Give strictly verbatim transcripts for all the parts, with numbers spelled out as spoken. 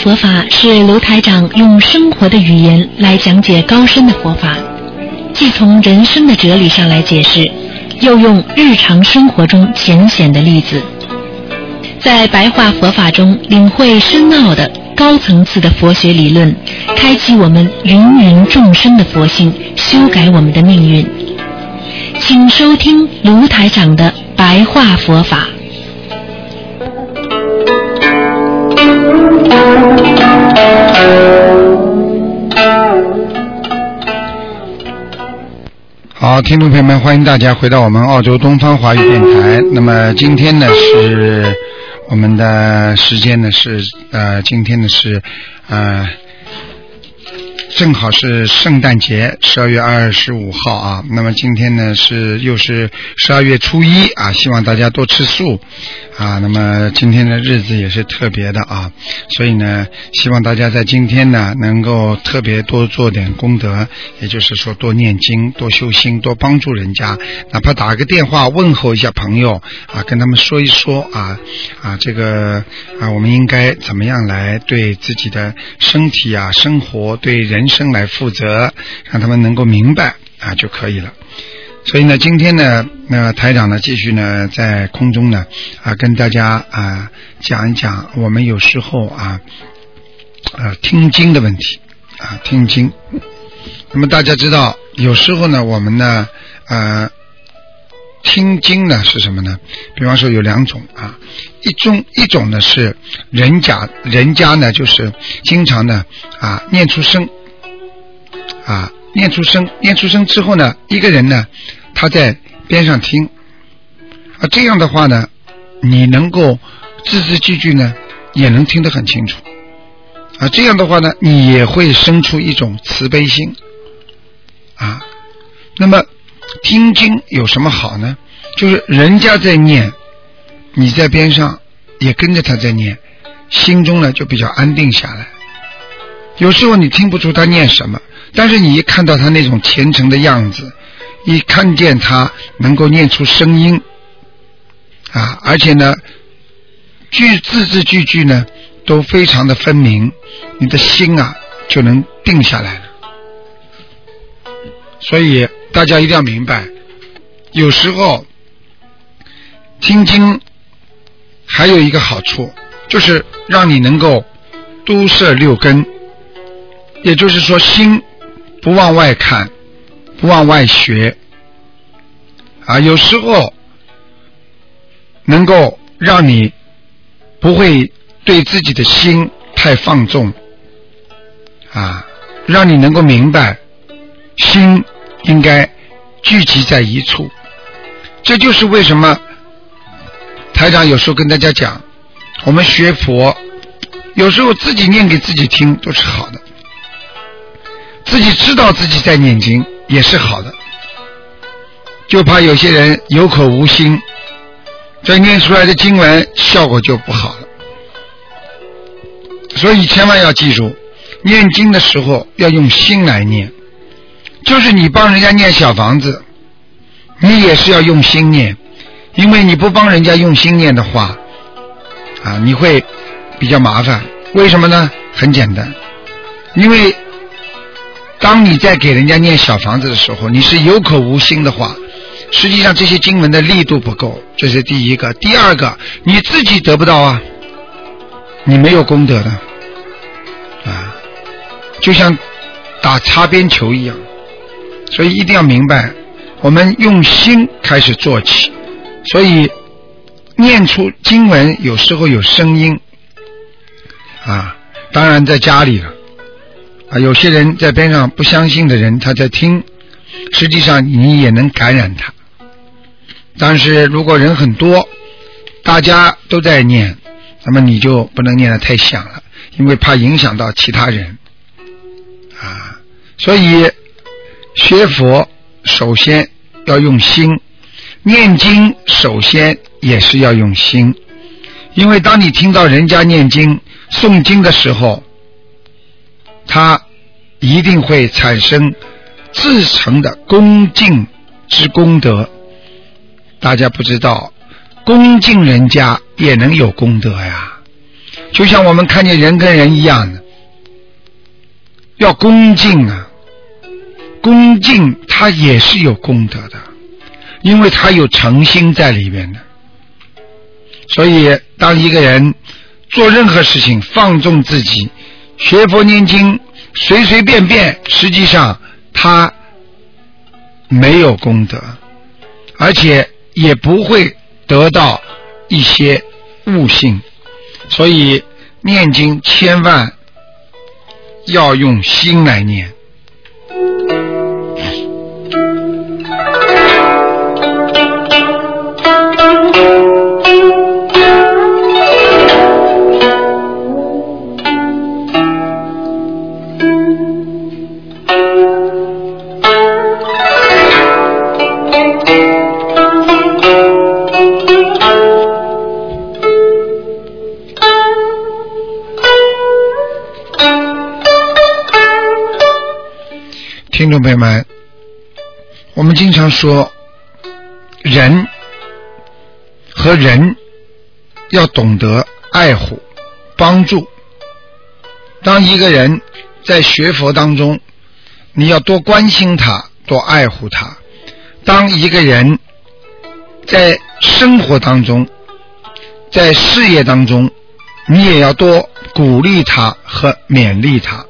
佛法是卢台长用生活的语言来讲解高深的佛法，既从人生的哲理上来解释，又用日常生活中浅显的例子，在白话佛法中领会深奥的高层次的佛学理论，开启我们芸芸众生的佛性，修改我们的命运。请收听卢台长的白话佛法。 好，听众朋友们，欢迎大家回到我们澳洲东方华语电台。那么今天呢是我们的时间呢是呃今天呢是呃正好是圣诞节，十二月二十五号啊。那么今天呢是又是十二月初一啊，希望大家多吃素啊。那么今天的日子也是特别的啊，所以呢，希望大家在今天呢能够特别多做点功德，也就是说多念经、多修心、多帮助人家，哪怕打个电话问候一下朋友啊，跟他们说一说啊啊这个啊我们应该怎么样来对自己的身体啊、生活、对人生来负责，让他们能够明白啊就可以了。所以呢，今天呢，那台长呢，继续呢，在空中呢，啊，跟大家啊讲一讲我们有时候啊，啊听经的问题啊，听经。那么大家知道，有时候呢，我们呢，呃，听经呢是什么呢？比方说有两种啊，一种一种呢是人家人家呢就是经常呢啊念出声啊。念出声，念出声之后呢，一个人呢，他在边上听，啊，这样的话呢，你能够字字句句呢，也能听得很清楚，啊，这样的话呢，你也会生出一种慈悲心，啊，那么听经有什么好呢？就是人家在念，你在边上也跟着他在念，心中呢就比较安定下来。有时候你听不出他念什么，但是你一看到他那种虔诚的样子，一看见他能够念出声音啊，而且呢句字字句句呢都非常的分明，你的心啊就能定下来了。所以大家一定要明白，有时候听经还有一个好处，就是让你能够都摄六根，也就是说心不往外看，不往外学啊，有时候能够让你不会对自己的心太放纵啊，让你能够明白心应该聚集在一处。这就是为什么台长有时候跟大家讲，我们学佛有时候自己念给自己听都是好的，自己知道自己在念经也是好的，就怕有些人有口无心，这念出来的经文效果就不好了。所以千万要记住，念经的时候要用心来念，就是你帮人家念小房子，你也是要用心念，因为你不帮人家用心念的话啊，你会比较麻烦。为什么呢？很简单，因为当你在给人家念小房子的时候，你是有口无心的话，实际上这些经文的力度不够，这是第一个。第二个，你自己得不到啊，你没有功德的啊，就像打擦边球一样。所以一定要明白，我们用心开始做起，所以念出经文有时候有声音啊，当然在家里了啊，有些人在边上不相信的人他在听，实际上你也能感染他。但是如果人很多，大家都在念，那么你就不能念得太响了，因为怕影响到其他人啊。所以学佛首先要用心，念经首先也是要用心，因为当你听到人家念经诵经的时候，他一定会产生自成的恭敬之功德。大家不知道，恭敬人家也能有功德呀。 就像我们看见人跟人一样的，要恭敬啊，恭敬它也是有功德的，因为它有诚心在里面的。所以当一个人做任何事情放纵自己，学佛念经随随便便，实际上他没有功德，而且也不会得到一些悟性。所以念经千万要用心来念。听众朋友们，我们经常说人和人要懂得爱护帮助。当一个人在学佛当中，你要多关心他，多爱护他。当一个人在生活当中，在事业当中，你也要多鼓励他和勉励他。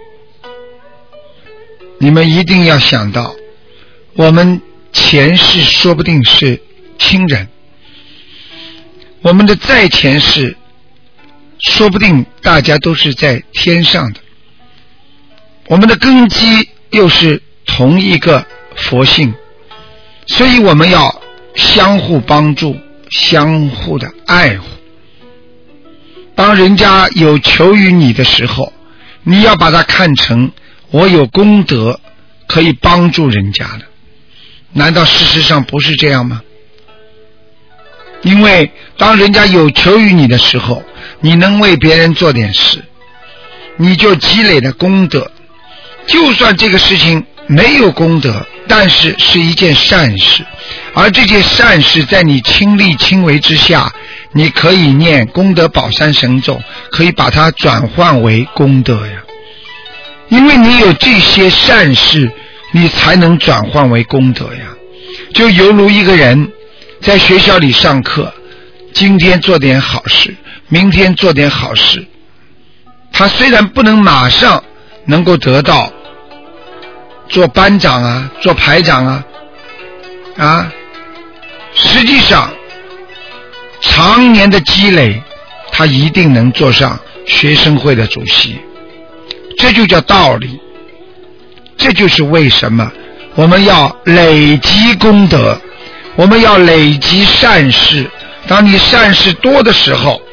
你们一定要想到，我们前世说不定是亲人，我们的在前世说不定大家都是在天上的，我们的根基又是同一个佛性，所以我们要相互帮助，相互的爱护。当人家有求于你的时候，你要把它看成我有功德可以帮助人家的，难道事实上不是这样吗？因为当人家有求于你的时候，你能为别人做点事，你就积累了功德。就算这个事情没有功德，但是是一件善事，而这件善事在你亲力亲为之下，你可以念功德宝山神咒，可以把它转换为功德呀。因为你有这些善事，你才能转换为功德呀。就犹如一个人在学校里上课，今天做点好事，明天做点好事，他虽然不能马上能够得到做班长啊，做排长啊啊，实际上常年的积累，他一定能做上学生会的主席。这就叫道理，这就是为什么我们要累积功德，我们要累积善事。当你善事多的时候，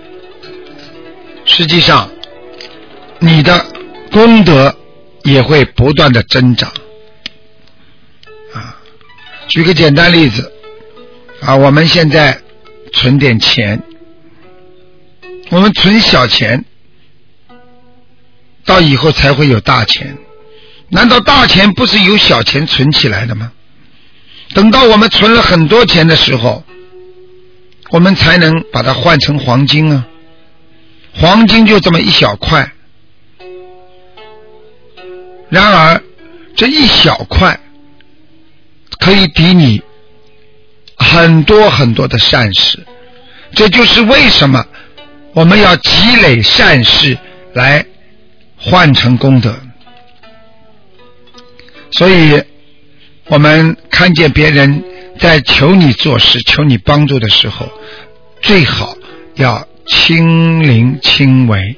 实际上你的功德也会不断的增长啊。举个简单例子啊，我们现在存点钱，我们存小钱，到以后才会有大钱。难道大钱不是由小钱存起来的吗？等到我们存了很多钱的时候，我们才能把它换成黄金啊。黄金就这么一小块，然而这一小块可以抵你很多很多的善事。这就是为什么我们要积累善事来换成功德。所以我们看见别人在求你做事，求你帮助的时候，最好要亲临亲为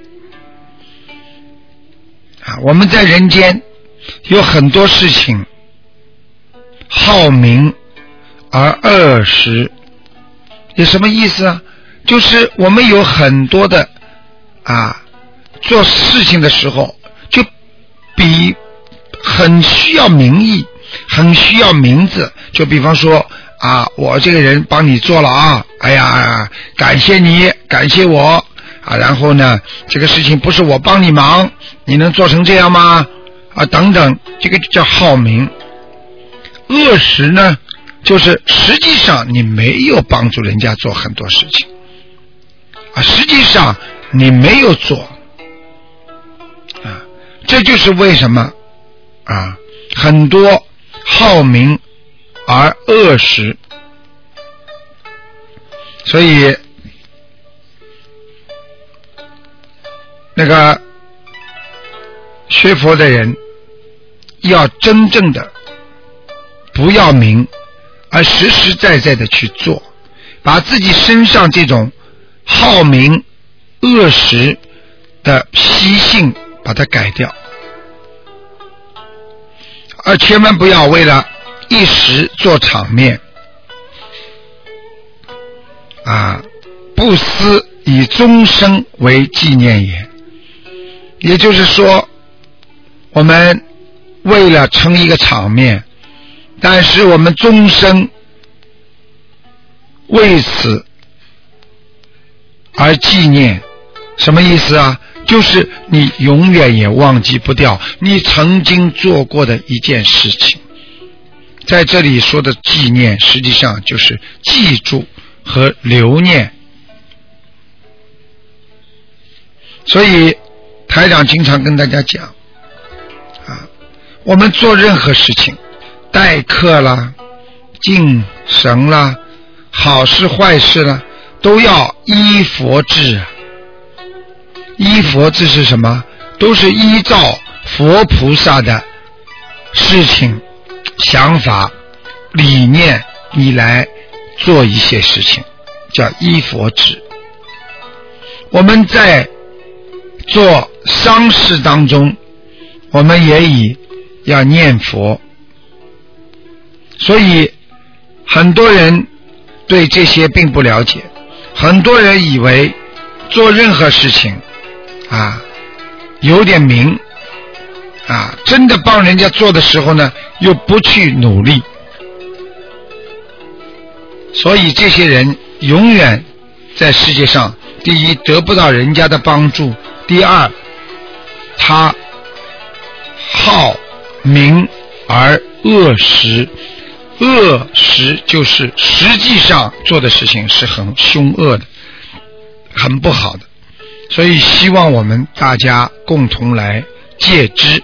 啊！我们在人间有很多事情好名而恶实，有什么意思啊？就是我们有很多的啊做事情的时候，就比很需要名义，很需要名字。就比方说啊，我这个人帮你做了啊，哎呀，感谢你，感谢我啊。然后呢，这个事情不是我帮你忙，你能做成这样吗？啊，等等，这个就叫好名。恶实呢，就是实际上你没有帮助人家做很多事情啊，实际上你没有做啊，这就是为什么啊很多好名而恶实。所以那个学佛的人要真正的不要名，而实实在在的去做，把自己身上这种好名恶实的习性把它改掉，而千万不要为了一时做场面啊，不思以终生为纪念也。也就是说，我们为了撑一个场面，但是我们终生为此而纪念。什么意思啊？就是你永远也忘记不掉你曾经做过的一件事情。在这里说的纪念，实际上就是记住和留念。所以台长经常跟大家讲啊，我们做任何事情，待客啦、敬神啦、好事坏事啦，都要依佛制啊。依佛制是什么？都是依照佛菩萨的事情、想法、理念你来做一些事情，叫依佛制。我们在做丧事当中，我们也以要念佛，所以很多人对这些并不了解，很多人以为做任何事情啊有点名啊，真的帮人家做的时候呢又不去努力，所以这些人永远在世界上，第一得不到人家的帮助，第二他好名而恶实。恶实就是实际上做的事情是很凶恶的，很不好的，所以希望我们大家共同来戒之。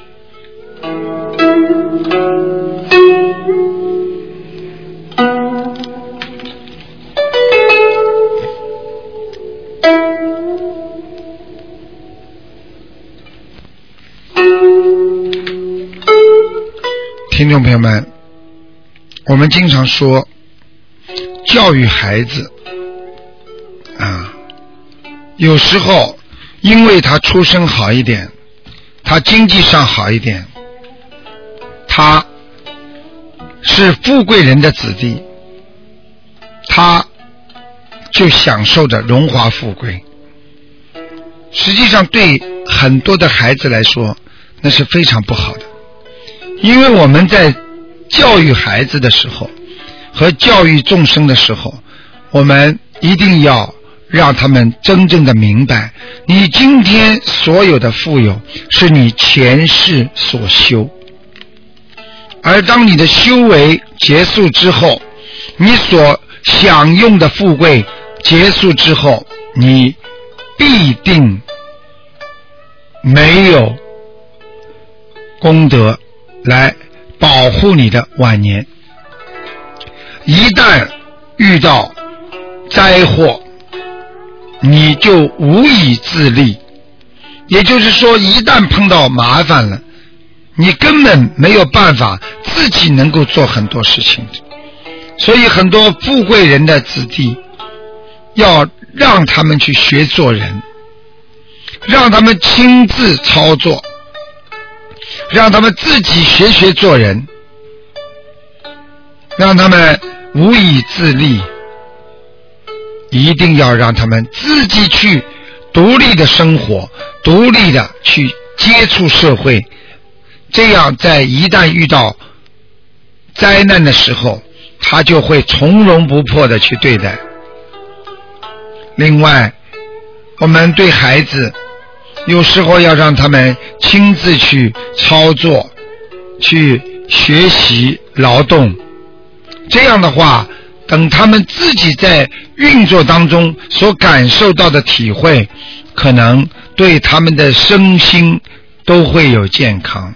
听众朋友们，我们经常说教育孩子啊，有时候因为他出身好一点，他经济上好一点，他是富贵人的子弟，他就享受着荣华富贵。实际上对很多的孩子来说那是非常不好的，因为我们在教育孩子的时候和教育众生的时候，我们一定要让他们真正的明白，你今天所有的富有是你前世所修，而当你的修为结束之后，你所享用的富贵结束之后，你必定没有功德来保护你的晚年。一旦遇到灾祸，你就无以自立，也就是说一旦碰到麻烦了，你根本没有办法自己能够做很多事情。所以很多富贵人的子弟要让他们去学做人，让他们亲自操作，让他们自己学学做人，让他们无以自立，一定要让他们自己去独立的生活，独立的去接触社会，这样在一旦遇到灾难的时候，他就会从容不迫的去对待。另外，我们对孩子有时候要让他们亲自去操作，去学习劳动，这样的话等他们自己在运作当中所感受到的体会，可能对他们的身心都会有健康。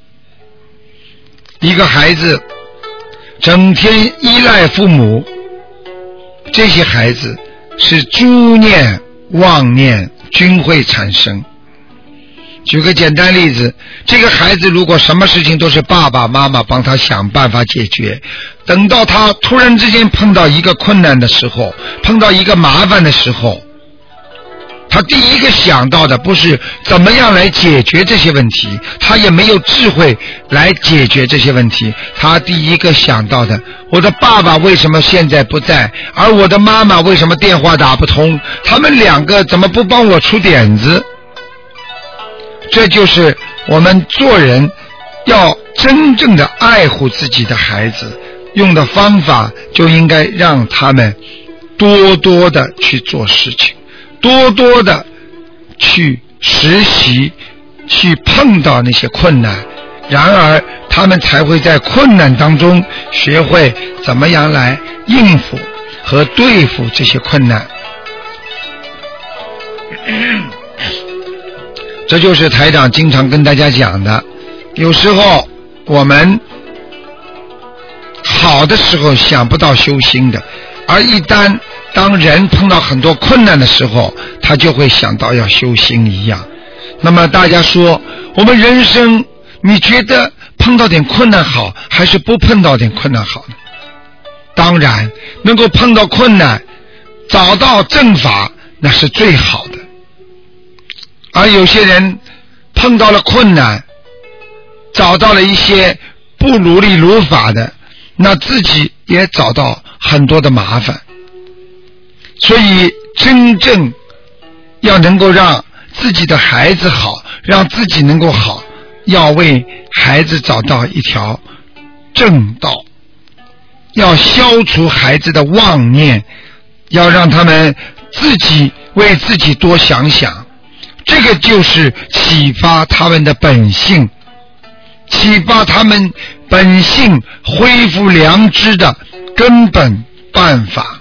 一个孩子整天依赖父母，这些孩子是诸念妄念均会产生。举个简单例子，这个孩子如果什么事情都是爸爸妈妈帮他想办法解决，等到他突然之间碰到一个困难的时候，碰到一个麻烦的时候，他第一个想到的不是怎么样来解决这些问题，他也没有智慧来解决这些问题，他第一个想到的，我的爸爸为什么现在不在，而我的妈妈为什么电话打不通，他们两个怎么不帮我出点子。这就是我们做人要真正的爱护自己的孩子，用的方法就应该让他们多多的去做事情，多多的去实习，去碰到那些困难，然而他们才会在困难当中学会怎么样来应付和对付这些困难。这就是台长经常跟大家讲的，有时候我们好的时候想不到修心的，而一旦当人碰到很多困难的时候，他就会想到要修心一样。那么大家说，我们人生你觉得碰到点困难好，还是不碰到点困难好呢？当然能够碰到困难，找到正法，那是最好的。而有些人碰到了困难，找到了一些不如理如法的，那自己也找到很多的麻烦。所以真正要能够让自己的孩子好，让自己能够好，要为孩子找到一条正道，要消除孩子的妄念，要让他们自己为自己多想想，这个就是启发他们的本性，启发他们本性恢复良知的根本办法。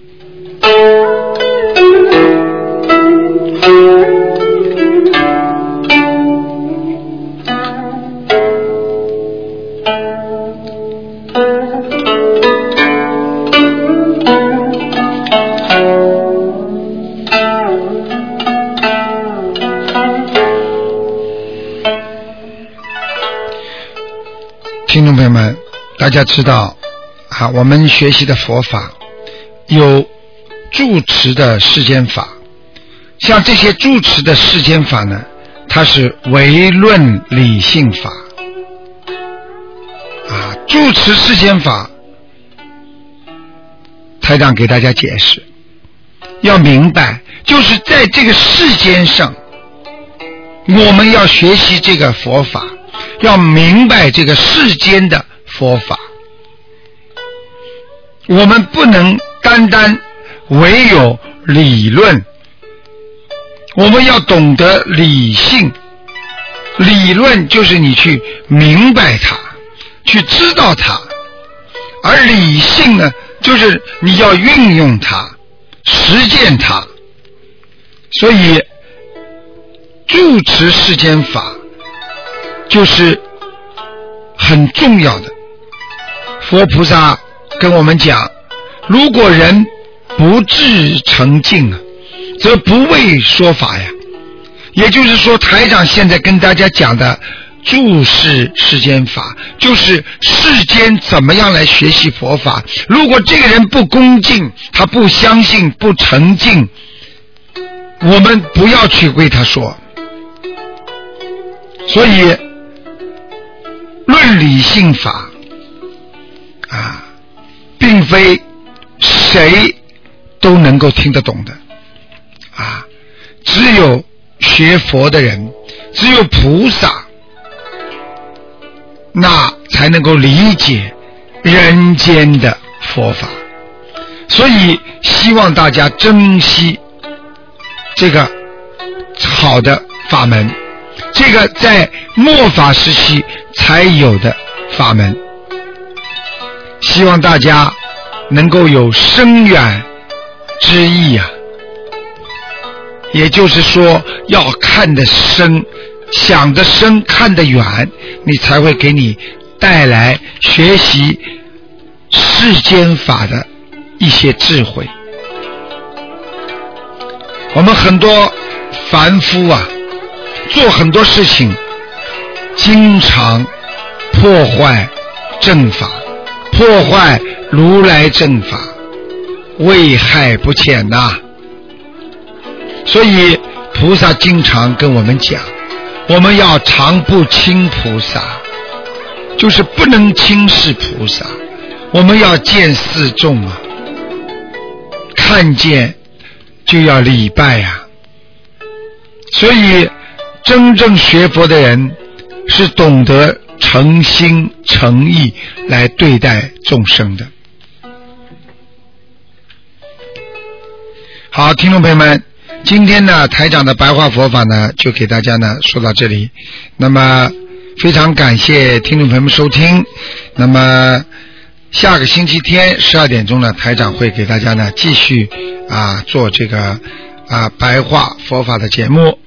听众朋友们，大家知道啊，我们学习的佛法有住持的世间法，像这些住持的世间法呢，它是唯论理性法啊。住持世间法，台长给大家解释，要明白，就是在这个世间上，我们要学习这个佛法，要明白这个世间的佛法，我们不能单单唯有理论，我们要懂得理性。理论就是你去明白它，去知道它，而理性呢，就是你要运用它，实践它。所以住持世间法就是很重要的。佛菩萨跟我们讲，如果人不至诚敬啊，则不为说法呀。也就是说，台长现在跟大家讲的住世世间法，就是世间怎么样来学习佛法。如果这个人不恭敬，他不相信，不诚敬，我们不要去为他说。所以论理性法啊，并非谁都能够听得懂的啊，只有学佛的人，只有菩萨，那才能够理解人间的佛法。所以希望大家珍惜这个好的法门，这个在末法时期才有的法门。希望大家能够有深远之意啊。也就是说要看得深，想得深，看得远，你才会给你带来学习世间法的一些智慧。我们很多凡夫啊，做很多事情经常破坏正法，破坏如来正法，危害不浅呐、啊。所以菩萨经常跟我们讲，我们要常不轻菩萨，就是不能轻视菩萨，我们要见四众啊，看见就要礼拜啊。所以真正学佛的人是懂得诚心诚意来对待众生的。好，听众朋友们，今天呢台长的白话佛法呢就给大家呢说到这里，那么非常感谢听众朋友们收听。那么下个星期天十二点钟呢，台长会给大家呢继续啊做这个啊白话佛法的节目。